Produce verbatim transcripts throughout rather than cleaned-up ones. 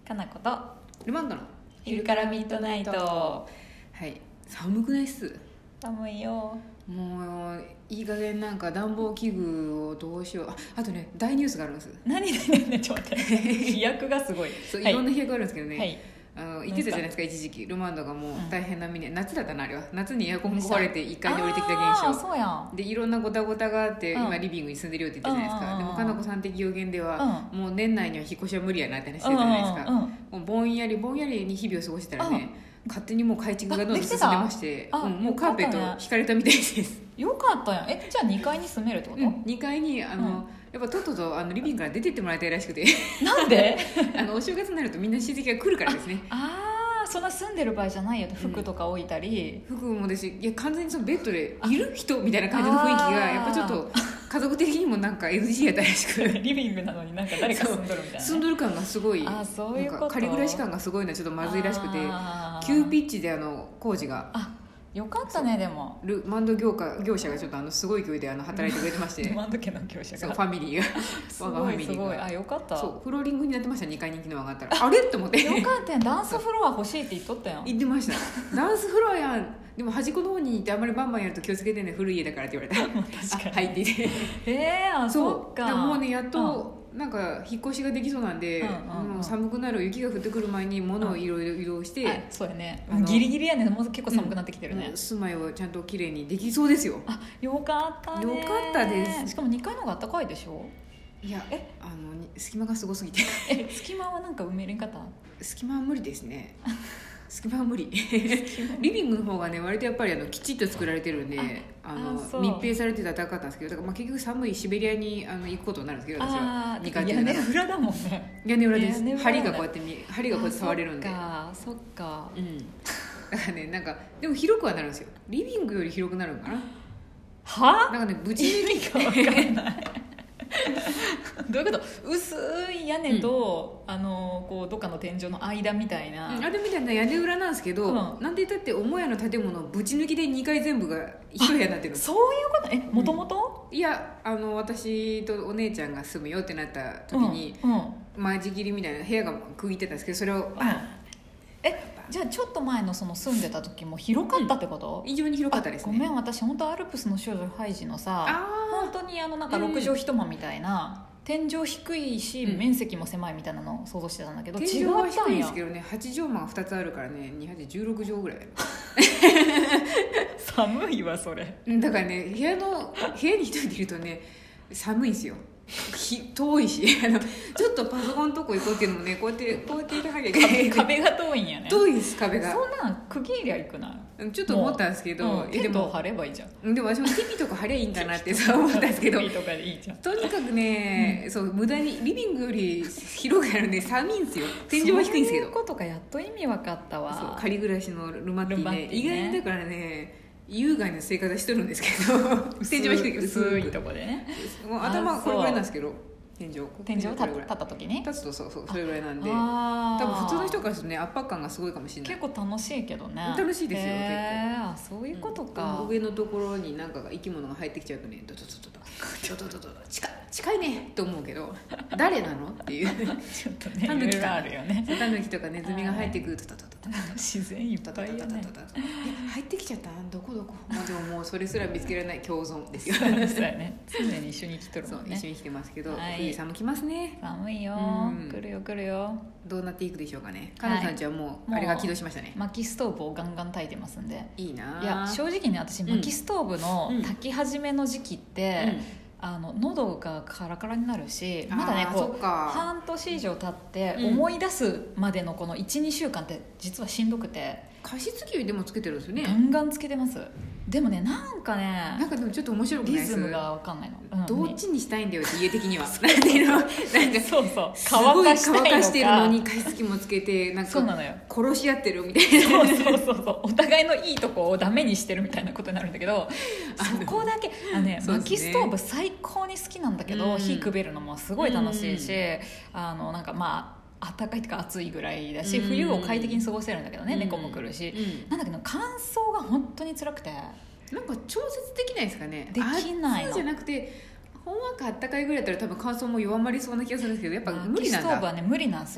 かなことルマンドの昼からミッドナイト。 はい寒くないっす。 寒いよ。 もういい加減なんか暖房器具をどうしよう。 あ, あとね大ニュースがあるんです。 何何何ちょっと待って飛躍がすごいそう、はい、いろんな飛躍があるんですけどね、 はい、 あの言ってたじゃないですか一時期ルマンドがもう大変な目に、うん、夏だったなあれは。夏にエアコン壊れていっかいに降りてきた現象。 そうやん。 でいろんなごたごたがあって、うん、今リビングに住んでるよって言ったじゃないですか、うん、でもかなこさん的予言では、うん、もう年内には引っ越しは無理やなって話してたじゃないですか、うんうん、もうぼんやりぼんやりに日々を過ごしてたらね、うん、勝手にもう改築がどんどん進んでまして、うん、もうカーペット引かれたみたいです。 よかったやん。えじゃあにかいに住めるってこと？うん、 にかいにあの、うん、やっぱとっととあのリビングから出てってもらいたいらしくて。 なんで？ あのお正月になるとみんな親戚が来るからですね。 ああそんな住んでる場合じゃないよ。服とか置いたり、 うん、服もですし、いや完全にそのベッドでいる人みたいな感じの雰囲気がやっぱちょっと家族的にもなんか エヌジー やったらしくリビングなのになんか誰か住んどるみたいな、ね、 住んどる感がすごい。 あそういうこと。なんか仮暮らし感がすごいのはちょっとまずいらしくて、急ピッチであの工事が。 あよかったね。でもルマンド業家業者がちょっとあのすごい勢いであの働いてくれてましてルマンド家の業者がそうファミリーがすごいすごい。あよかった。 そうフローリングになってました。にかいに昨日上がったらあれって思ってよかったやん。ダンスフロア欲しいって言っとったやん。 言ってましたダンスフロアやん。でも端っこの方にいてあんまりバンバンやると気をつけてね古い家だからって言われた確かにあ入っていてえー、あそうか。 もうねやっと、うんなんか引っ越しができそうなんで、うんうんうん、もう寒くなる雪が降ってくる前に物をいろいろ移動して、うん、 そうやねギリギリやね。もう結構寒くなってきてるね、 うん、住まいをちゃんときれいにできそうですよ。 あよかったね。 よかったです。 しかもにかいの方があったかいでしょ。いやえあの隙間がすごすぎてえ隙間はなんか埋めれんかった？ 隙間は無理ですね隙間は無理リビングの方がね割とやっぱりあのきちっと作られてるんであの密閉されてたら高かったんですけど、だからまあ結局寒いシベリアにあの行くことになるんですけど、私はにかい屋根裏だもんね。 屋根裏です。針がこうやって針がこうやって触れるんで。 そっかそっか、 うん、だからねなんかでも広くはなるんですよ。リビングより広くなるのかな。 はなんかねぶち抜きが分かんないどういうこと？薄い屋根と、うん、あのこうどっかの天井の間みたいな、 うん、あれみたいな屋根裏なんですけど、うん、なんて言ったって母屋の建物ぶち抜きでにかい全部が一部屋になってる。 そういうこと？えもともと？ いやあの私とお姉ちゃんが住むよってなった時に、うんうん、間仕切りみたいな部屋が区切ってたんですけど、それを、うん、 えじゃあちょっと前のその住んでた時も広かったってこと？ うん、異常に広かったですね。 ごめん私本当アルプスの少女ハイジのさ本当にあのなんかろくじょう一間みたいな、うん、天井低いし、うん、面積も狭いみたいなのを想像してたんだけど、 天井は低いですけどねはちじょう間がふたつあるからねにはちじゅうろくじょうぐらい寒いわそれ。 だからね部屋の部屋に一人でいるとね寒いんですよ。遠いしあのちょっとパソコンのとこ行こうっていうのもねこうやってこうやって行かなきゃいけない壁が遠いんやね。 遠いです壁が。 そんなん区切りゃ行くな。 ちょっと思ったんですけど、 うん、テントを張ればいいじゃん。 でも私もティピとか張りゃいいんかなってそう思ったんですけどとかでいいじゃん。 とにかくね、うん、そう無駄にリビングより広がるね寒いんですよ。天井は低いんですけど。 そういうことかやっと意味分かったわ。そう仮暮らしのルマティ ね, ね意外にだからね優雅な生活してるんですけど天井は低いけど薄いとこでねもう頭はこれぐらいなんですけど天井天井立った時に立つとそうそうそれぐらいなんで多分普通の人からするとね圧迫感がすごいかもしれない。 結構楽しいけどね。 楽しいですよ結構。 あそういうことか、 うん、上のところになんか生き物が入ってきちゃうとねドドドドドドドドド近い近いねと思うけど誰なのっていうちょっとねタヌキあるよね。 タヌキとかネズミが入ってくると自然いっぱいよね。 入ってきちゃったどこどこ、まあ、でももうそれすら見つけられない共存ですよそうやね常に一緒に生きとるもんね。 一緒に生きてますけど、 はい、 冬寒きますね。 寒いよ、うん、来るよ来るよ。 どうなっていくでしょうかね。かなさんちはもうあれが起動しましたね。 薪ストーブをガンガン焚いてますんでいいな。 いや正直ね私薪ストーブの焚き始めの時期って、うんうんあの喉がカラカラになるしまだねこう半年以上経って思い出すまでのこの いち,に 週間って実はしんどくて加湿器でもつけてるんですよね。 ガンガンつけてます。でもねなんかねなんかでもちょっと面白くないです。 リズムが分かんないの、うん、 どっちにしたいんだよって家的にはなんていうのなんかそうそう乾かしたいのか乾かしてるのに加湿器もつけてなんかそうなのよ殺し合ってるみたいなそうそうそうそうお互いのいいとこをダメにしてるみたいなことになるんだけどそこだけあ、ね、薪ストーブ最高に好きなんだけど、うん、火くべるのもすごい楽しいし、うん、あのなんかまあ暖かいとか暑いぐらいだし、うん、冬を快適に過ごせるんだけどね、うん、猫も来るし、うん、なんだけど乾燥が本当に辛くてなんか調節できないですかね。 できないの。 暑いじゃなくてほんわかあったかいぐらいだったら多分乾燥も弱まりそうな気がするんですけどやっぱ無理なんだ。 薪ストーブはね無理なんですよ。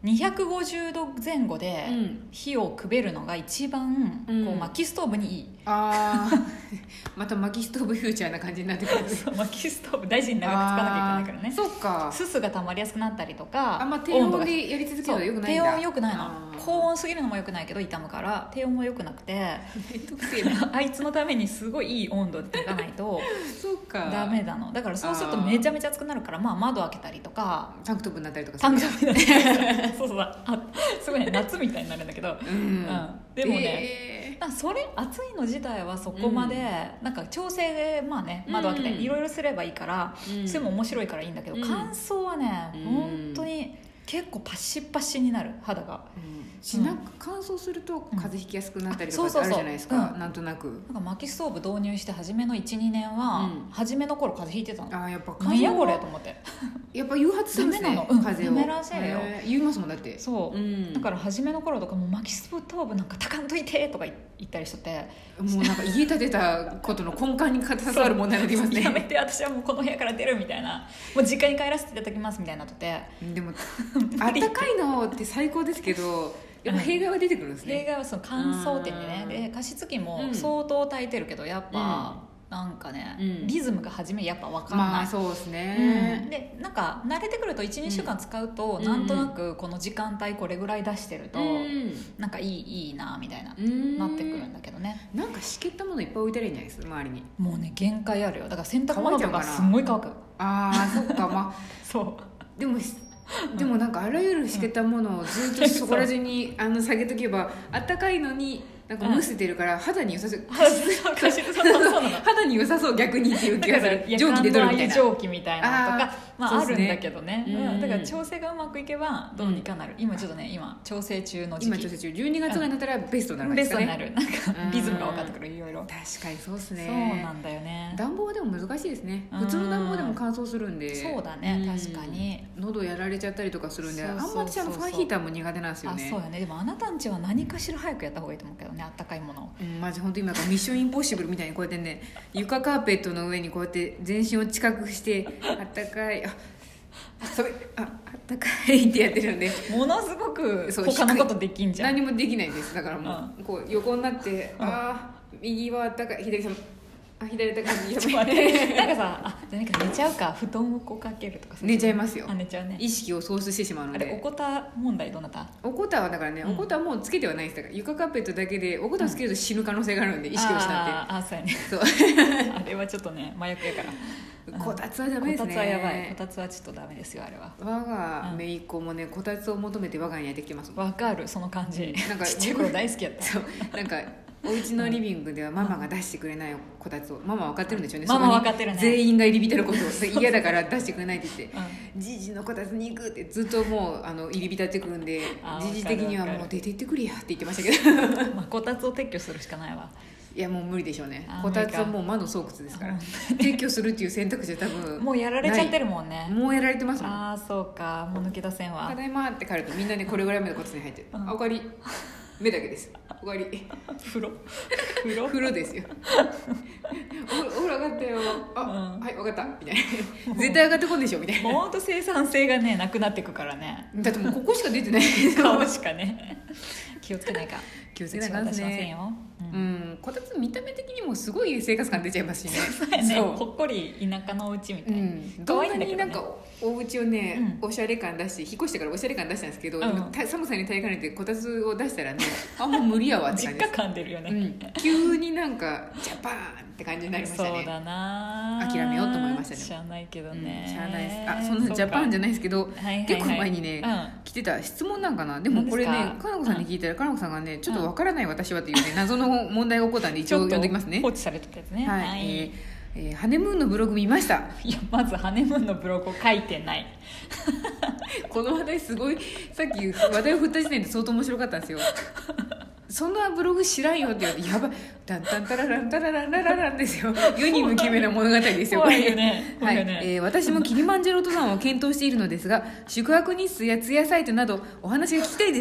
にひゃくごじゅうどぜん後で火をくべるのが一番、うん、こう薪ストーブにいい、 ああまた薪ストーブフューチャーな感じになってくる薪ストーブ大事に長くつかなきゃいけないからね。 そっか、 すすが溜まりやすくなったりとか、 あんま低温でやり続けるのよくないんだ。 低温よくないの。高温すぎるのもよくないけど傷むから、低温もよくなくてめんどくせえなあいつのためにすごいいい温度で炊かないとそっかダメなの。だからそうするとめちゃめちゃ熱くなるから、まあ、窓開けたりとかタンクトップになったりとかタンクトップになったりそうそうあすごいね夏みたいになるんだけど、 うんうん、 でもね、えー、それ暑いの自体はそこまで、うん、なんか調整で、まあね、窓開けたりいろいろすればいいから、うん、それも面白いからいいんだけど、うん、乾燥はね、うん、本当に結構パシッパシになる肌が、 うんしなく乾燥すると風邪ひきやすくなったりとかってあるじゃないですか、なんとなく。 なんか薪ストーブ導入して初めの いちにねんは、うん、初めの頃風邪ひいてたの。 あやっぱ何やこれと思って、 やっぱ誘発するんですね、 うん、 風邪を。 ダメらしいよ、 言いますもんだって。 そう、うん、だから初めの頃とかもう薪ストーブなんか炊かんといてとか言ったりしとって、 もうなんか家建てたことの根幹に関わる問題になりますねやめて私はもうこの部屋から出るみたいな、もう実家に帰らせていただきますみたいになってて。 でもあったかいのって最高ですけどやっぱ弊害は出てくるんですね。 弊害はその乾燥点でね、で加湿器も相当炊いてるけどやっぱ、うん、なんかね、うん、リズムが初めやっぱ分かんない、 まあそうですね、 うん、でなんか慣れてくると いちにしゅうかん使うと、うん、なんとなくこの時間帯これぐらい出してると、うん、なんかいいいいなみたいな、うん、なってくるんだけどね。 なんか湿気ったものいっぱい置いたらいいんじゃないですか周りに。 もうね限界あるよ。だから洗濯物とかすんごい乾く。 ああそっかまあそうでもでもなんかあらゆるしけたものをずっとそこら中にあの下げとけばあったかいのになんか蒸せてるから肌に良さそう、肌に良さそう逆にっていう気がする。蒸気で取るみたいな蒸気みたいなのとかまあ、あるんだけどね、うん、だから調整がうまくいけばどうにかなる、うん、今ちょっとね今調整中の時期。 今調整中じゅうにがつぐらいになったらベストになるんですかね。 ベストになるなんかリズムが分かってくるいろいろ。 確かにそうですね。 そうなんだよね。 暖房はでも難しいですね。普通の暖房でも乾燥するんで。 そうだね、うん、確かに喉やられちゃったりとかするんで、あんま私あのファンヒーターも苦手なんですよね。 あそうやね。でもあなたんちは何かしら早くやった方がいいと思うけどね、あったかいものを、 うん、マジ本当に今ミッションインポッシブルみたいにこうやってね床カーペットの上にこうやって全身を近くしてあったかいあそれああったかいってやってるんでものすごく他のことできんじゃん。 何もできないんです。だからもう、うん、こう横になって、うん、ああ右はあったかい左さんあ左だから右はなんかさあ何か寝ちゃうか布団をこうかけるとか寝ちゃいますよ。 あ寝ちゃうね。 意識を喪失してしまうので。 あれおこた問題どうなった？ おこたはだからね、うん、おこたはもうつけてはないです。だから床カーペットだけでおこたをつけると死ぬ可能性があるんで、うん、意識を失ってああそうやねそうあれはちょっとね麻薬やからこたつはダメですね。 こたつはやばい。こたつはちょっとダメですよあれは。 我が姪っ子もねこたつを求めて我が家にやってきてます。 わかるその感じ。 なんかちっちゃい頃大好きやった。 そうなんかお家のリビングではママが出してくれないこたつを、ママは分かってるんでしょうね。 ママ分かってるね。 全員が入り浸ることを嫌だから出してくれないって言って、うん、じじのこたつに行くってずっともうあの入り浸ってくるんで、じじ的にはもう出て行ってくれやって言ってましたけどまあこたつを撤去するしかないわ。 いやもう無理でしょうね。こたつはもう魔の巣窟ですから撤去するっていう選択肢は多分もうやられちゃってるもんね。 もうやられてますもん。 ああそうかもう抜け出せんわ。 ただいまって帰るとみんなねこれぐらいまでこたつに入ってる、うん、あおかわり目だけですおかわり風呂風呂風呂ですよお風呂上がったよあ、うん、はい分かったみたいな絶対上がってこんでしょみたいな。 ほんと生産性がねなくなってくからね。 だってもうここしか出てない顔しかね気をつけないか気をつけないかんですね。うん、うん、こたつ見た目的にもすごい生活感出ちゃいますしね。 そうやね。ほっこり田舎のお家みたいな、うん、 どんなになんかお家をね、うん、おしゃれ感出して引っ越してからおしゃれ感出したんですけど、うん、寒さに耐えかねてこたつを出したらねあもう無理やわって感じです。 実家感出るよね、 うん、急になんかジャパーンって感じになりましたね。 そうだな諦めようと思いましたね。 しゃあないけどね、 うん、しゃあないです。あそんなジャパンじゃないですけど、はいはいはい、結構前にね、うん、来てた質問なんかな。でもこれねかなこさんに聞いたら、うん、かなこさんがねちょっとわからない私はっていうね謎の問題が起こったんで一応読んできますね。 放置されてたやつね。 はい、はい、えーえー、ハネムーンのブログ見ました。 いやまずハネムーンのブログを書いてないこの話題すごいさっき話題を振った時点で相当面白かったんですよそんなブログ知らんよって言われてやばいタンタンタラランタラランララランですよ。世に無記名な物語ですよ怖いよね。 はい、えー、私もキリマンジャロ登山を検討しているのですが宿泊日数やツヤサイトなどお話が聞きたいです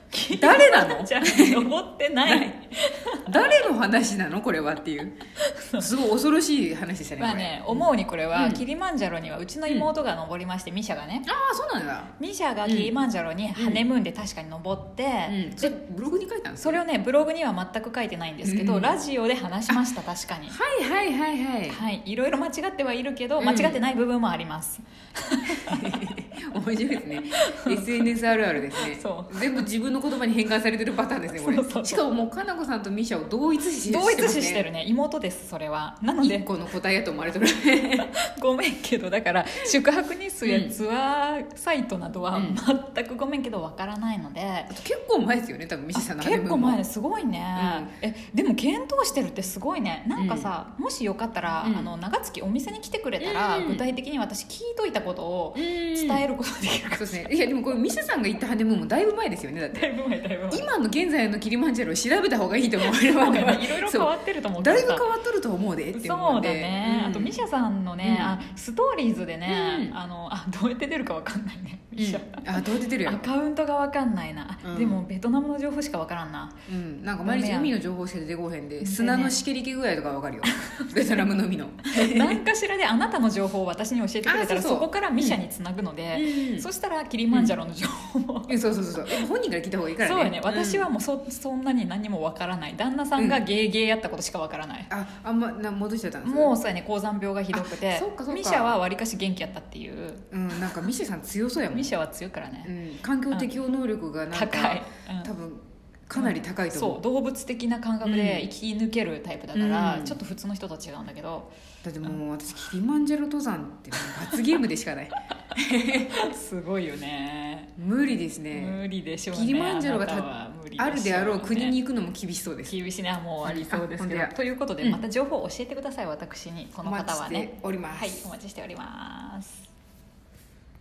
誰なのじゃあ登ってない誰の話なのこれはっていうすごい恐ろしい話でしたね。 まあね、思うにこれは、 うん、 キリマンジャロにはうちの妹が登りまして、うん、ミシャがね、 ああそうなんだ。 ミシャがキリマンジャロにハネムーンで確かに登って、 うんうん、それブログに書いたんですか？ それをねブログには全く書いてないんですけど、うん、ラジオで話しました。確かにはいはいはいはい、 はい、いろいろ間違ってはいるけど、間違ってない部分もあります、 うん、面白いですねエスエヌエス あるあるですね。そう全部自分の言葉に変換されてるパターンですねこれ。そうそうそう、しかももうかなこさんとミシャを同一視してますね。 同一視してるね。妹ですそれは。なのでいっこの答えやと思われてるごめんけど、だから宿泊日数やツアーサイトなどは全くごめんけどわからないので、 うん、結構前ですよね多分ミシャさんの結構前ですごいね、うん、えでも検討してるってすごいね。なんかさ、うん、もしよかったら、うん、あの長月お店に来てくれたら、うん、具体的に私聞いといたことを伝えることができるかもしれない、うん、そうですね。いやでもこれミシャさんが行ったハネムーンもだいぶ前ですよね。だってだいぶ前だいぶ前。今の現在のキリマンジャロを調べた方がいいと思う。いろいろ変わってると思う。 だいぶ変わっとると思うでって思うんで。 そうだね、うん、あとミシャさんのね、 うん、 あストーリーズでね、 うん、 あのあどうやって出るか分かんないね、ミシャ、 うん、あどうやって出るやろ。 アカウントが分かんないな、うん、でもベトナムの情報しか分からんな、 うん、なんか毎日海の情報しか出てこへんで、砂のしけり気具合とか分かるよベトナムの海の何かしらであなたの情報を私に教えてくれたら、 そ, そこからミシャにつなぐので、うん、そしたらキリマンジャロの情報も、 うん、そうそうそうそう本人から聞いた方がいいからね。 そうよね、私はもう そ, そんなに何も分からない。旦那さんがゲーゲーやったことしか分からない、 うん、ああんまな戻しちゃったんですもうそうやね、高山病がひどくて、 そうかそうか、 ミシャはわりかし元気やったっていう、 うん、なんかミシャさん強そうやもん。 ミシャは強いからね、 うん、環境適応能力がなんか高い、 うん、多分かなり高いと思う、 うん、そう動物的な感覚で生き抜けるタイプだから、うん、ちょっと普通の人と違うんだけど、 だってもう私キリマンジャロ登山って罰ゲームでしかないすごいよね。 無理ですね。 無理でしょうね。 キリマンジャロがたああるであろう国に行くのも厳しそうです。 厳しいね、もうありそうですけど、ということで、また情報を教えてください、私に。この方はね、 お待ちしております。 はい、お待ちしております。